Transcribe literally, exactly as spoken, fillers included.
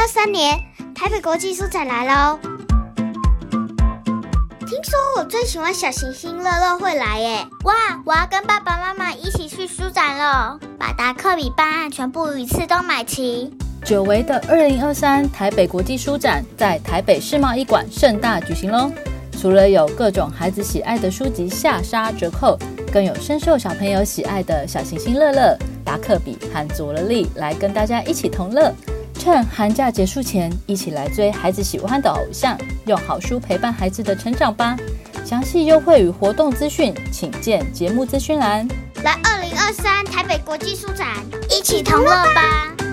三年台北国际书展来咯。听说我最喜欢小行星乐乐会来耶！ 哇，我要跟爸爸妈妈一起去书展了，把达克比办案全部一次都买齐。 久违的二零二三台北国际书展在台北世贸一馆盛大举行咯。除了有各种孩子喜爱的书籍下杀折扣，更有深受小朋友喜爱的小行星乐乐、达克比和佐罗利来跟大家一起同乐。趁寒假结束前，一起来追孩子喜欢的偶像，用好书陪伴孩子的成长吧。详细优惠与活动资讯，请见节目资讯栏。 来二零二三台北国际书展， 一起同乐吧！